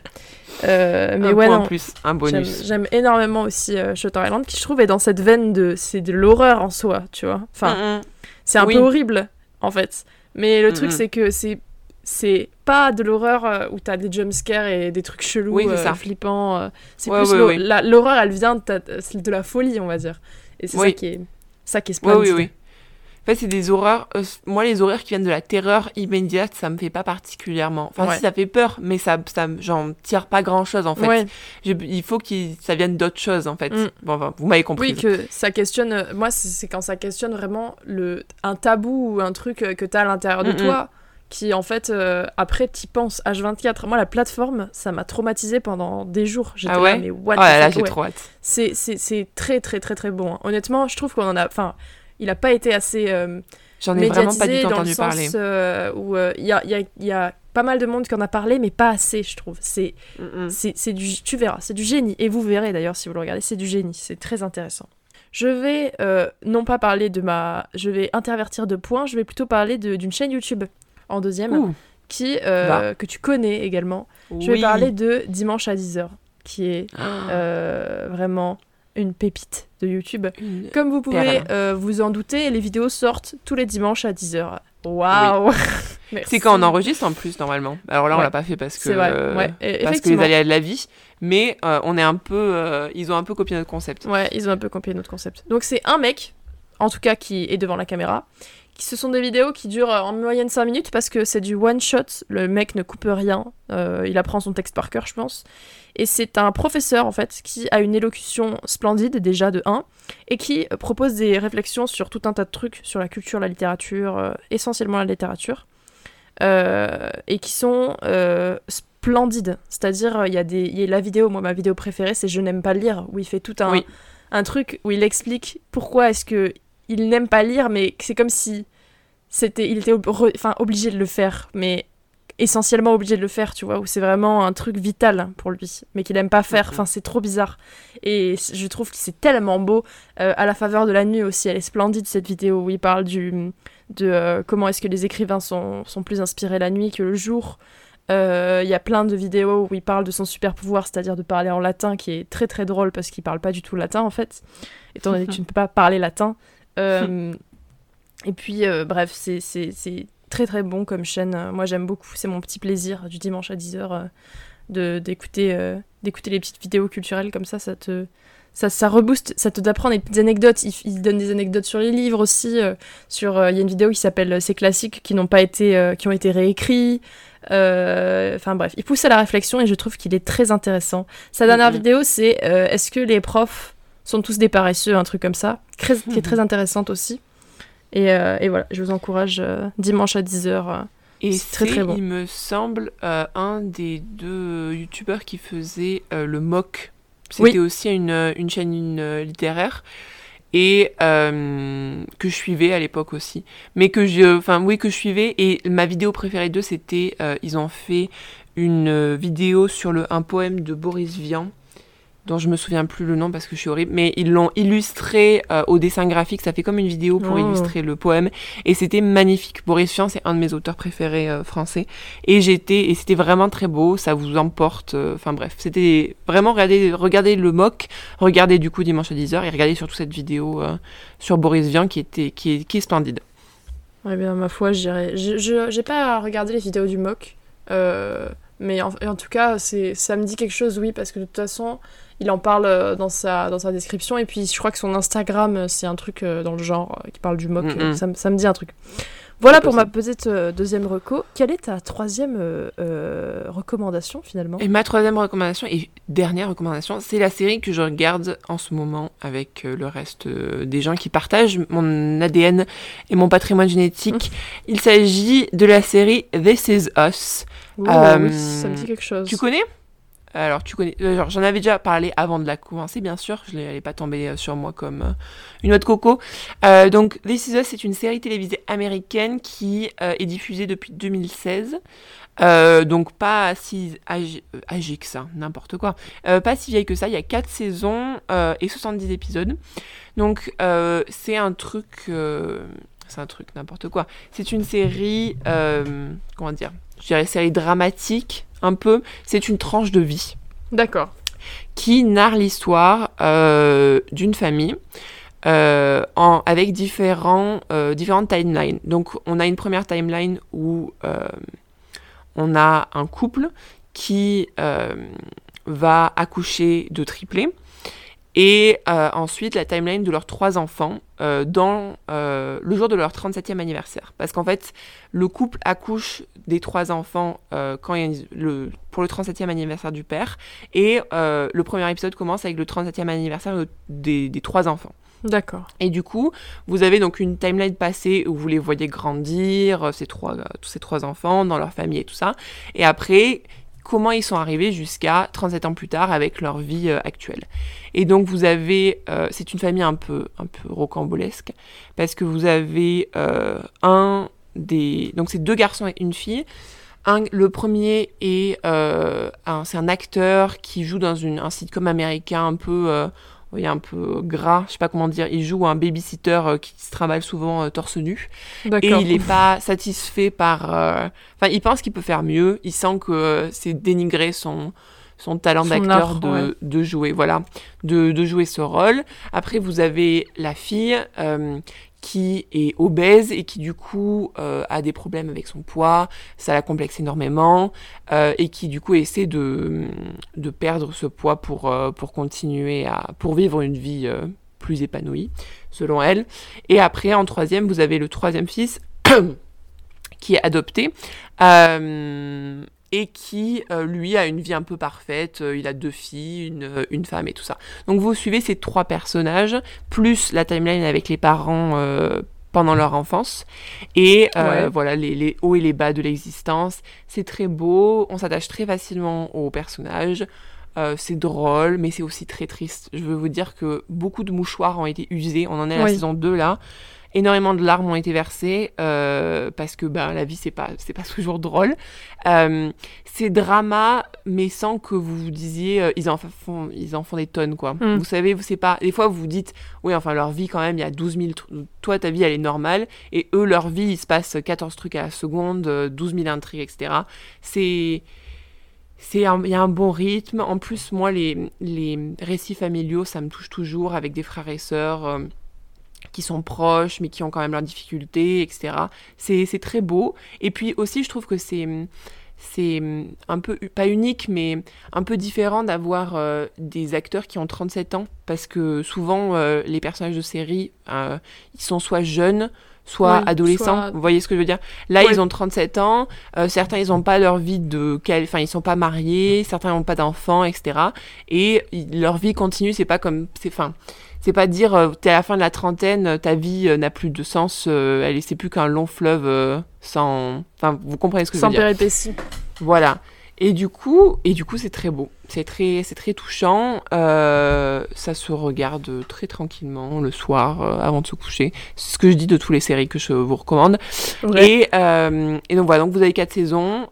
Mais ouais, non.
Plus, un bonus.
J'aime énormément aussi Shutter Island, qui je trouve est dans cette veine c'est de l'horreur en soi, tu vois. Enfin, c'est un peu horrible, en fait. Mais le truc, c'est que c'est pas de l'horreur où t'as des jumpscares et des trucs chelous, flippants. C'est plus l'horreur, elle vient de la folie, on va dire. Et c'est ça qui est splendide.
Oui. En fait, c'est des horreurs... moi, les horreurs qui viennent de la terreur immédiate, ça me fait pas particulièrement... Enfin, si, ça fait peur, mais j'en tire pas grand-chose, en fait. Il faut que ça vienne d'autres choses, en fait. Bon, enfin, vous m'avez compris.
Oui, que ça questionne... Moi, c'est quand ça questionne vraiment un tabou ou un truc que t'as à l'intérieur de toi, qui, en fait, après, t'y penses H24. Moi, la plateforme, ça m'a traumatisée pendant des jours. J'étais là, mais what the fuck,
là, j'ai trop hâte.
C'est très, très, très, très bon. Hein. Honnêtement, je trouve qu'on en a... Enfin, il a pas été assez
j'en ai vraiment pas du tout entendu parler.
Où il y a pas mal de monde qui en a parlé, mais pas assez, je trouve. C'est tu verras, c'est du génie. Et vous verrez d'ailleurs si vous le regardez, c'est du génie. C'est très intéressant. Je vais non pas parler je vais intervertir de points. Je vais plutôt parler d'une chaîne YouTube en deuxième que tu connais également. Oui. Je vais parler de Dimanche à 10h, qui est vraiment une pépite de YouTube. Comme vous pouvez vous en douter, les vidéos sortent tous les dimanches à 10h. Waouh.
C'est quand on enregistre en plus normalement. Alors là on l'a pas fait parce que les aléas de la vie, mais on est un peu ils ont un peu copié notre concept.
Ouais, ils ont un peu copié notre concept. Donc c'est un mec, en tout cas qui est devant la caméra, ce sont des vidéos qui durent en moyenne 5 minutes parce que c'est du one shot, le mec ne coupe rien, il apprend son texte par cœur je pense, et c'est un professeur en fait qui a une élocution splendide déjà de 1, et qui propose des réflexions sur tout un tas de trucs, sur la culture, la littérature, essentiellement la littérature, et qui sont splendides, c'est-à-dire il y a la vidéo, moi ma vidéo préférée c'est Je n'aime pas lire, où il fait tout un truc où il explique pourquoi est-ce que il n'aime pas lire, mais c'est comme si il était obligé de le faire, mais essentiellement obligé de le faire, tu vois, où c'est vraiment un truc vital pour lui, mais qu'il aime pas faire, enfin c'est trop bizarre. Et je trouve que c'est tellement beau. À la faveur de la nuit aussi, elle est splendide cette vidéo, où il parle de comment est-ce que les écrivains sont plus inspirés la nuit que le jour. Il y a plein de vidéos où il parle de son super pouvoir, c'est-à-dire de parler en latin, qui est très très drôle parce qu'il parle pas du tout latin en fait, étant donné que tu ne peux pas parler latin. Et puis bref, c'est très très bon comme chaîne. Moi j'aime beaucoup, c'est mon petit plaisir du dimanche à 10h d'écouter les petites vidéos culturelles comme ça rebooste, ça te d'apprendre des petites anecdotes. Il donne des anecdotes sur les livres aussi, il y a une vidéo qui s'appelle Ces classiques qui ont été réécrits. Enfin bref, il pousse à la réflexion et je trouve qu'il est très intéressant. Sa dernière vidéo c'est est-ce que les profs sont tous des paresseux, un truc comme ça, qui est très intéressante aussi. Et voilà, je vous encourage dimanche à 10h.
Et
c'est très très bon.
Il me semble, un des 2 youtubeurs qui faisait le mock. C'était aussi une chaîne littéraire. Et que je suivais à l'époque aussi. Mais que je suivais. Et ma vidéo préférée d'eux, c'était... ils ont fait une vidéo sur un poème de Boris Vian, dont je me souviens plus le nom parce que je suis horrible, mais ils l'ont illustré au dessin graphique, ça fait comme une vidéo pour illustrer le poème, et c'était magnifique. Boris Vian, c'est un de mes auteurs préférés français, et c'était vraiment très beau, ça vous emporte, enfin bref, c'était vraiment, regardez le mock, regardez du coup dimanche à 10h, et regardez surtout cette vidéo sur Boris Vian qui est splendide.
Ouais, bien, ma foi, j'irai. J'ai pas regardé les vidéos du mock, mais en tout cas, ça me dit quelque chose, oui, parce que de toute façon, il en parle dans sa description, et puis je crois que son Instagram, c'est un truc dans le genre qui parle du mock, ça me dit un truc. Voilà pour ma petite deuxième reco. Quelle est ta troisième recommandation, finalement ?
Et ma troisième recommandation, et dernière recommandation, c'est la série que je regarde en ce moment avec le reste des gens qui partagent mon ADN et mon patrimoine génétique. Il s'agit de la série This Is Us.
Oui, ça me dit quelque chose.
Tu connais ? Alors, tu connais... j'en avais déjà parlé avant de la commencer, bien sûr. Elle n'est pas tombée sur moi comme une noix de coco. Donc, This Is Us, c'est une série télévisée américaine qui est diffusée depuis 2016. Donc, pas si âgée que ça, n'importe quoi. Pas si vieille que ça. Il y a 4 saisons et 70 épisodes. Donc, c'est un truc n'importe quoi. C'est une série... comment dire ? Je dirais série dramatique, un peu. C'est une tranche de vie.
D'accord.
Qui narre l'histoire d'une famille avec différentes timelines. Donc, on a une première timeline où on a un couple qui va accoucher de triplés. Et ensuite, la timeline de leurs 3 enfants dans le jour de leur 37e anniversaire. Parce qu'en fait, le couple accouche des 3 enfants pour le 37e anniversaire du père. Et le premier épisode commence avec le 37e anniversaire des 3 enfants.
D'accord.
Et du coup, vous avez donc une timeline passée où vous les voyez grandir, tous ces 3 enfants, dans leur famille et tout ça. Et après... comment ils sont arrivés jusqu'à 37 ans plus tard avec leur vie actuelle. Et donc vous avez, c'est une famille un peu rocambolesque, parce que vous avez donc c'est 2 garçons et une fille. Le premier est c'est un acteur qui joue dans un sitcom américain un peu gras, je sais pas comment dire. Il joue un babysitter qui se trimballe souvent torse nu. D'accord. Et il n'est pas satisfait par... il pense qu'il peut faire mieux. Il sent que c'est dénigrer son talent d'acteur de jouer, voilà, de jouer ce rôle. Après, vous avez la fille qui est obèse et qui du coup a des problèmes avec son poids, ça la complexe énormément, et qui du coup essaie de perdre ce poids pour continuer pour vivre une vie plus épanouie, selon elle. Et après, en troisième, vous avez le troisième fils qui est adopté. Et qui, lui, a une vie un peu parfaite. Il a 2 filles, une femme et tout ça. Donc vous suivez ces 3 personnages, plus la timeline avec les parents pendant leur enfance. Et voilà, les hauts et les bas de l'existence. C'est très beau, on s'attache très facilement aux personnages. C'est drôle, mais c'est aussi très triste. Je veux vous dire que beaucoup de mouchoirs ont été usés. On en est à la saison 2, là. Énormément de larmes ont été versées parce que la vie c'est pas toujours drôle. C'est drama, mais sans que vous vous disiez ils en font des tonnes quoi. Vous savez, c'est pas, des fois vous vous dites oui, enfin leur vie quand même, il y a 12 000 toi ta vie elle est normale et eux leur vie il se passe 14 trucs à la seconde, 12 000 intrigues, etc. Il y a un bon rythme. En plus moi les récits familiaux ça me touche toujours, avec des frères et sœurs qui sont proches, mais qui ont quand même leurs difficultés, etc. C'est très beau. Et puis aussi, je trouve que c'est un peu, pas unique, mais un peu différent d'avoir des acteurs qui ont 37 ans, parce que souvent, les personnages de série, ils sont soit jeunes, soit adolescents, vous voyez ce que je veux dire? Là, ils ont 37 ans, certains, ils n'ont pas leur vie enfin, ils sont pas mariés, certains n'ont pas d'enfants, etc. Et leur vie continue, c'est pas comme... C'est pas dire, t'es à la fin de la trentaine, ta vie n'a plus de sens, c'est plus qu'un long fleuve sans... Enfin, vous comprenez ce que je veux dire.
Sans péripéties.
Voilà. Et du coup, c'est très beau. C'est très touchant. Ça se regarde très tranquillement le soir, avant de se coucher. C'est ce que je dis de toutes les séries que je vous recommande. Ouais. Et donc voilà, donc vous avez 4 saisons.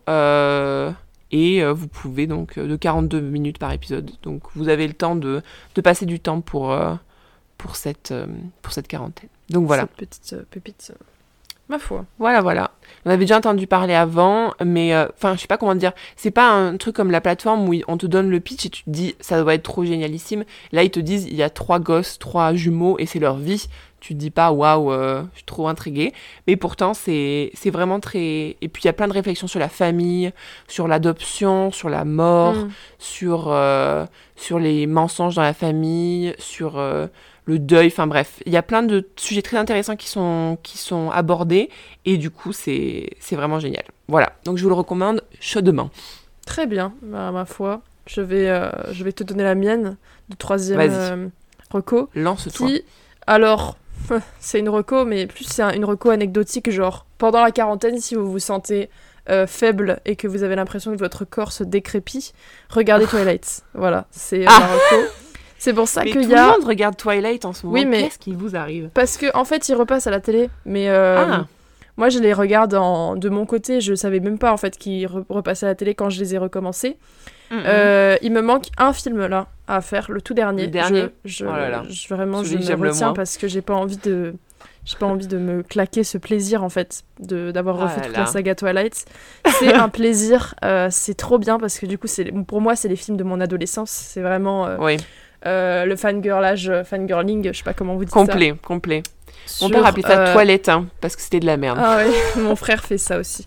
Et vous pouvez donc de 42 minutes par épisode. Donc vous avez le temps de passer du temps pour cette quarantaine. Donc voilà.
Cette petite pépite, ma foi.
Voilà. On avait déjà entendu parler avant, mais je sais pas comment dire. C'est pas un truc comme la plateforme où on te donne le pitch et tu te dis ça doit être trop génialissime. Là ils te disent il y a 3 gosses, 3 jumeaux et c'est leur vie. Tu te dis pas waouh, je suis trop intriguée. Mais pourtant c'est vraiment très. Et puis il y a plein de réflexions sur la famille, sur l'adoption, sur la mort, sur les mensonges dans la famille, sur le deuil, enfin bref, il y a plein de sujets très intéressants qui sont abordés et du coup c'est vraiment génial. Voilà, donc je vous le recommande chaudement.
Très bien, ma foi, je vais te donner la mienne de 3e reco.
Lance-toi.
Alors, c'est une reco, mais plus c'est une reco anecdotique, genre pendant la quarantaine, si vous vous sentez faible et que vous avez l'impression que votre corps se décrépit, regardez Twilight. Voilà, c'est ma reco. C'est pour ça qu'il y a...
tout le monde regarde Twilight en ce moment. Oui, mais... Qu'est-ce qui vous arrive?
Parce qu'en fait, il repasse à la télé. Mais moi, je les regarde de mon côté. Je savais même pas en fait qu'ils repassaient à la télé quand je les ai recommencés. Il me manque un film là à faire, le tout dernier.
Le dernier
Vraiment, je me retiens parce que j'ai pas envie de me claquer ce plaisir en fait d'avoir refait toute la saga Twilight. C'est un plaisir, c'est trop bien parce que du coup, pour moi, c'est les films de mon adolescence. C'est vraiment... le fangirling, je sais pas comment vous dites
complet. Mon père appelait ça toilette, parce que c'était de la merde.
Ah ouais, mon frère fait ça aussi.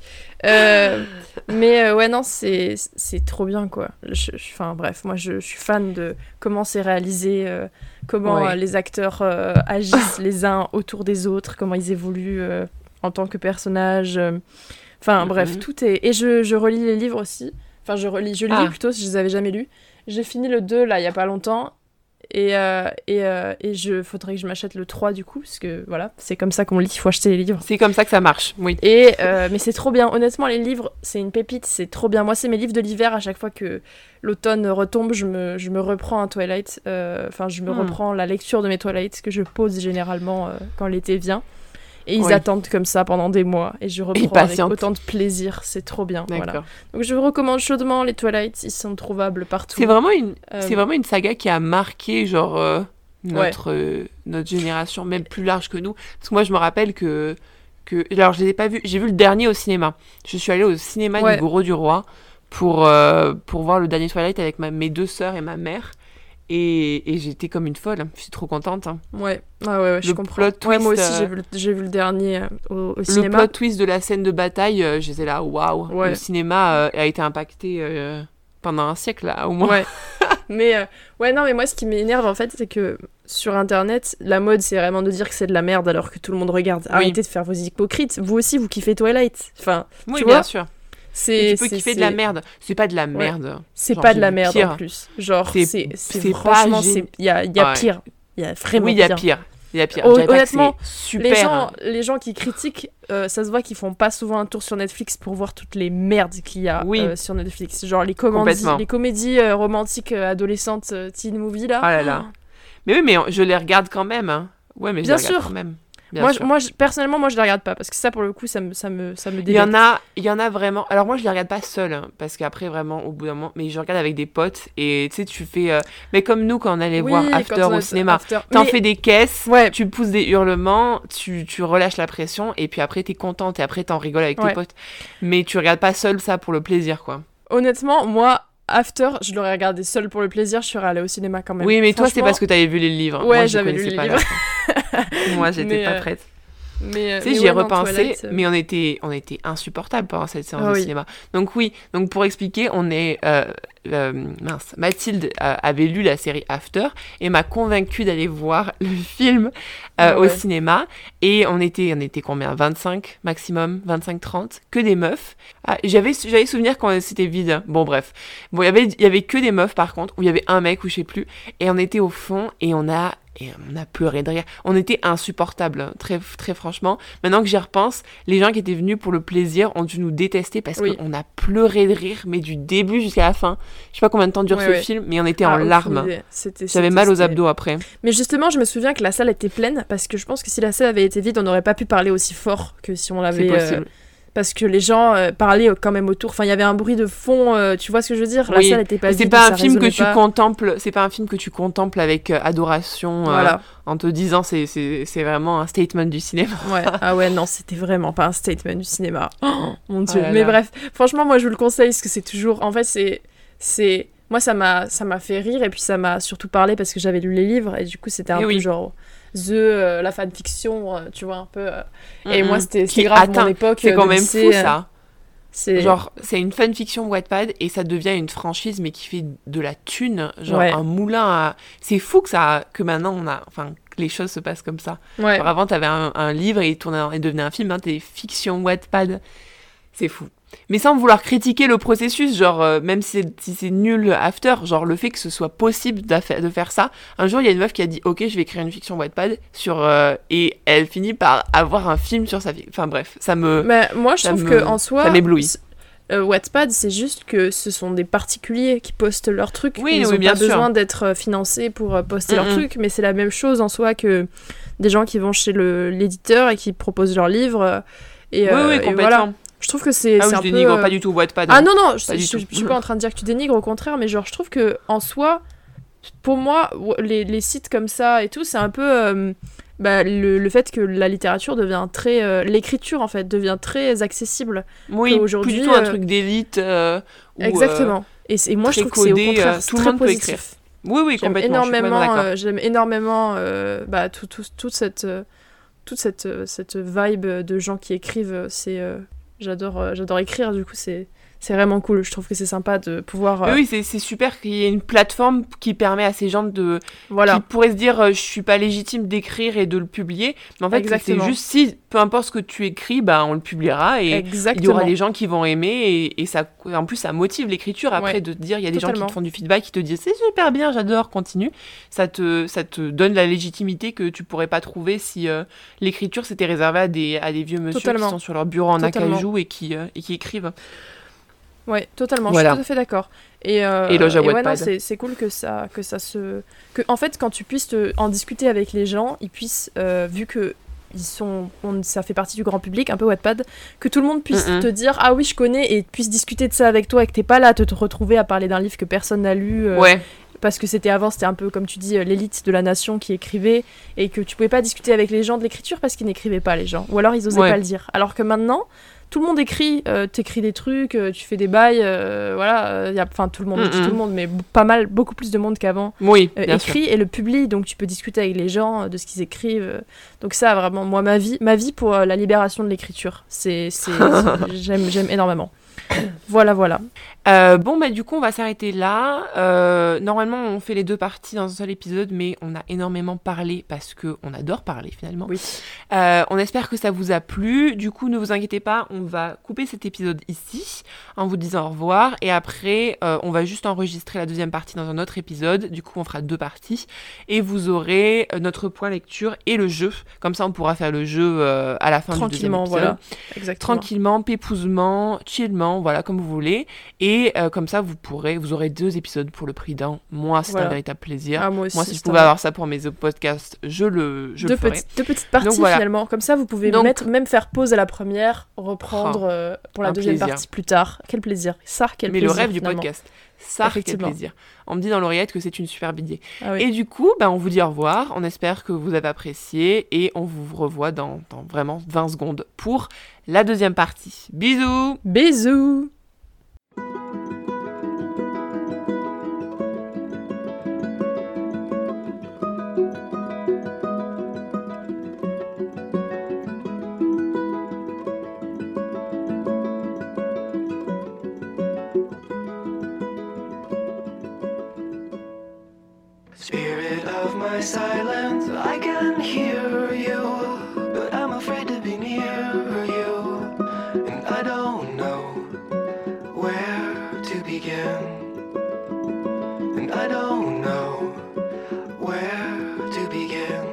Mais ouais, non, c'est trop bien, quoi. Enfin, bref, moi, je suis fan de comment c'est réalisé, comment les acteurs agissent les uns autour des autres, comment ils évoluent en tant que personnages. Enfin, bref, tout est... Et je relis les livres aussi. Enfin, je lis plutôt, si je les avais jamais lus. J'ai fini le 2, là, il y a pas longtemps. Et faudrait que je m'achète le 3 du coup, parce que voilà, c'est comme ça qu'on lit, il faut acheter les livres.
C'est comme ça que ça marche, oui.
Mais c'est trop bien, honnêtement, les livres, c'est une pépite, c'est trop bien. Moi, c'est mes livres de l'hiver, à chaque fois que l'automne retombe, je me reprends un Twilight, je me reprends la lecture de mes Twilight, que je pose généralement quand l'été vient. Et ils attendent comme ça pendant des mois. Et je reprends avec autant de plaisir. C'est trop bien. Voilà. Donc je vous recommande chaudement les Twilight. Ils sont trouvables partout.
C'est vraiment une saga qui a marqué genre notre génération, même plus large que nous. Parce que moi je me rappelle que alors je les ai pas vus. J'ai vu le dernier au cinéma. Je suis allée au cinéma du Gros du Roi pour voir le dernier Twilight avec mes 2 sœurs et ma mère. Et j'étais comme une folle, je suis trop contente.
Ouais, je comprends. Moi aussi, j'ai vu le dernier au cinéma.
Le plot twist de la scène de bataille, j'étais là, waouh. Le cinéma a été impacté pendant un siècle, là, au moins.
Ouais. Mais ouais, non, mais moi, ce qui m'énerve, en fait, c'est que sur Internet, la mode, c'est vraiment de dire que c'est de la merde alors que tout le monde regarde. Arrêtez de faire vos hypocrites. Vous aussi, vous kiffez Twilight. Enfin,
oui,
tu vois,
bien sûr. Tu peux kiffer de la merde. C'est pas de la merde.
Ouais. C'est pas de la merde, en plus. Genre, c'est franchement, il y a pire. Il y a vraiment pire.
Oui, il y a pire. Il y a pire.
Honnêtement,
super.
les gens qui critiquent, ça se voit qu'ils font pas souvent un tour sur Netflix pour voir toutes les merdes qu'il y a sur Netflix. Genre les comédies romantiques adolescentes, teen movie là.
Oh là là. Mais oui, mais je les regarde quand même. Hein. Ouais, mais je les regarde quand même.
Moi, personnellement, moi je les regarde pas parce que ça pour le coup ça me débecte.
Il y en a vraiment. Alors moi je les regarde pas seule hein, parce qu'après vraiment au bout d'un moment, mais je regarde avec des potes et tu sais tu fais mais comme nous quand on allait voir After au cinéma, t'en fais des caisses, tu pousses des hurlements, tu relâches la pression et puis après t'es contente et après t'en rigoles avec tes potes. Mais tu regardes pas seule ça pour le plaisir quoi.
Honnêtement, moi After, je l'aurais regardé seul pour le plaisir, je serais allée au cinéma quand même.
Oui, mais toi, c'est parce que t'avais vu les livres.
Ouais,
moi,
j'avais lu les livres.
Moi, j'étais pas prête. Tu sais, j'y ai repensé, mais on était insupportables pendant cette séance de cinéma. Donc pour expliquer, on est... Mathilde avait lu la série After et m'a convaincue d'aller voir le film au cinéma. Et on était combien 25 maximum, 25-30, que des meufs. J'avais souvenir quand c'était vide. Bon, bref. Bon, il y avait que des meufs par contre, où il y avait un mec ou je sais plus. Et on était au fond et on a pleuré de rire. On était insupportables, très, très franchement. Maintenant que j'y repense, les gens qui étaient venus pour le plaisir ont dû nous détester parce qu'on a pleuré de rire, mais du début jusqu'à la fin. Je sais pas combien de temps dure ce film, mais on était en larmes. J'avais mal aux abdos après.
Mais justement, je me souviens que la salle était pleine parce que je pense que si la salle avait été vide, on n'aurait pas pu parler aussi fort que si on l'avait...
C'est possible.
Parce que les gens parlaient quand même autour. Enfin, il y avait un bruit de fond. Tu vois ce que je veux dire ? La salle n'était pas vide.
C'est pas un film que tu contemples. C'est pas un film que tu contemples avec adoration. En te disant c'est vraiment un statement du cinéma.
Ouais. Ah ouais, non, c'était vraiment pas un statement du cinéma. Oh, mon Dieu. Mais bref, franchement, moi je vous le conseille parce que c'est toujours. En fait, c'est moi ça m'a fait rire et puis ça m'a surtout parlé parce que j'avais lu les livres et du coup c'était un peu genre. La fanfiction, tu vois, un peu. Et moi, c'est grave mon époque.
C'est quand même fou, ça. Genre, c'est une fanfiction Wattpad et ça devient une franchise, mais qui fait de la thune. Genre, un moulin à... C'est fou que maintenant, que les choses se passent comme ça. Ouais. Genre, avant, t'avais un livre et il devenait un film. T'es fiction Wattpad. C'est fou. Mais sans vouloir critiquer le processus, genre, même si c'est nul After, genre, le fait que ce soit possible de faire ça. Un jour, il y a une meuf qui a dit « Ok, je vais écrire une fiction Wattpad et elle finit par avoir un film sur sa vie. » Enfin, bref, ça me...
Mais moi, je trouve qu'en soi...
Ça m'éblouit.
Wattpad, c'est juste que ce sont des particuliers qui postent leurs trucs. Ils n'ont pas besoin d'être financés pour poster leurs trucs, mais c'est la même chose en soi que des gens qui vont chez l'éditeur et qui proposent leurs livres.
Oui, complètement.
Et voilà. Je trouve que c'est un peu...
je dénigre pas du tout Wattpad.
Ah non, je suis pas en train de dire que tu dénigres, au contraire, mais genre, je trouve que en soi, pour moi, les sites comme ça et tout, c'est un peu le fait que la littérature devient très... l'écriture, en fait, devient très accessible.
Oui, plus du tout un truc d'élite.
Exactement. Et moi, je trouve que c'est au contraire
tout
très
le monde
positif.
Peut écrire. Oui, complètement.
J'aime énormément toute cette vibe de gens qui écrivent. J'adore écrire, du coup c'est vraiment cool. Je trouve que c'est sympa de pouvoir...
Oui, c'est super qu'il y ait une plateforme qui permet à ces gens qui pourraient se dire je suis pas légitime d'écrire et de le publier. Mais en fait, c'est juste si, peu importe ce que tu écris, on le publiera et il y aura des gens qui vont aimer et ça, en plus ça motive l'écriture après de te dire il y a des gens qui te font du feedback, qui te disent c'est super bien, j'adore, continue. Ça te donne la légitimité que tu pourrais pas trouver si l'écriture c'était réservé à des vieux monsieur qui sont sur leur bureau en acajou et qui écrivent.
Ouais, totalement, je suis tout à fait d'accord. Et
Wattpad.
C'est cool que en fait, quand tu puisses en discuter avec les gens, ils puissent, vu que ça fait partie du grand public, un peu Wattpad, que tout le monde puisse te dire ah oui je connais et puisse discuter de ça avec toi et que t'es pas là à te retrouver à parler d'un livre que personne n'a lu. Parce que c'était un peu comme tu dis l'élite de la nation qui écrivait et que tu pouvais pas discuter avec les gens de l'écriture parce qu'ils n'écrivaient pas, les gens, ou alors ils osaient pas le dire, alors que maintenant tout le monde écrit, t'écris des trucs, tu fais des bails, tout le monde, tout le monde, mais beaucoup plus de monde qu'avant écrit et le publie, donc tu peux discuter avec les gens de ce qu'ils écrivent. Donc ça, vraiment, moi, ma vie pour la libération de l'écriture, j'aime énormément. Voilà.
Bon, bah du coup, on va s'arrêter là. Normalement, on fait les 2 parties dans un seul épisode, mais on a énormément parlé parce qu'on adore parler finalement.
Oui.
On espère que ça vous a plu. Du coup, ne vous inquiétez pas, on va couper cet épisode ici en vous disant au revoir. Et après, on va juste enregistrer la 2e partie dans un autre épisode. Du coup, on fera 2 parties. Et vous aurez notre point lecture et le jeu. Comme ça, on pourra faire le jeu à la fin du 2e épisode.
Tranquillement, voilà. Exactement.
Tranquillement, pépousement, chillement, voilà, comme vous voulez. Et comme ça, vous aurez 2 épisodes pour le prix d'un. Moi, c'est un véritable plaisir.
Ah, moi aussi,
si je pouvais avoir ça pour mes autres podcasts, je le ferais.
2 petites parties, donc, finalement. Comme ça, vous pouvez même faire pause à la première, reprendre pour la 2e partie plus tard. Quel plaisir. Ça, quel plaisir.
Mais le rêve
finalement.
du podcast. Ça, quel plaisir. On me dit dans l'oreillette que c'est une superbe idée.
Ah, oui.
Et du coup, on vous dit au revoir. On espère que vous avez apprécié. Et on vous revoit dans vraiment 20 secondes pour la 2e partie. Bisous.
Bisous.
Spirit of my silence, I can hear you, but I'm afraid to be near you, and I don't know where to begin, and I don't know where to begin.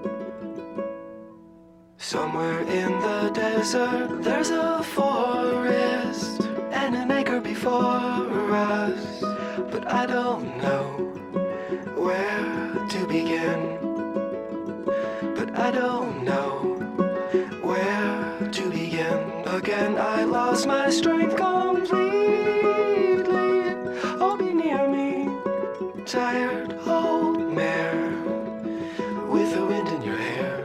Somewhere in the desert, there's a forest, and an acre before us, but I don't know where to begin, but I don't know where to begin. Again, I lost my strength completely. Oh, be near me, tired old mare with the wind in your hair.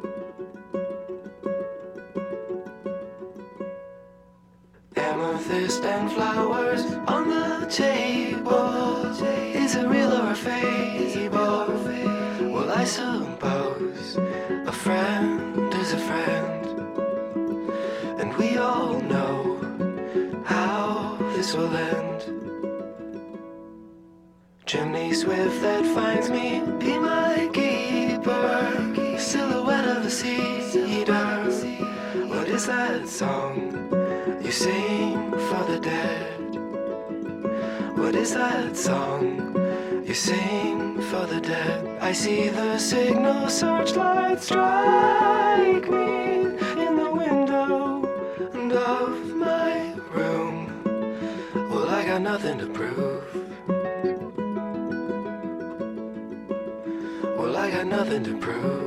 Amethyst and flowers on the table. Is it real or a fable? Well, I suppose a friend is a friend, and we all know how this will end. Chimney swift that finds me, be my keeper. Silhouette of a cedar. What is that song you sing for the dead? What is that song you sing for the dead? I see the signal searchlight strike me in the window of my room. Well, I got nothing to prove. Well, I got nothing to prove.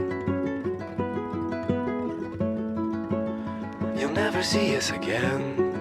See us again.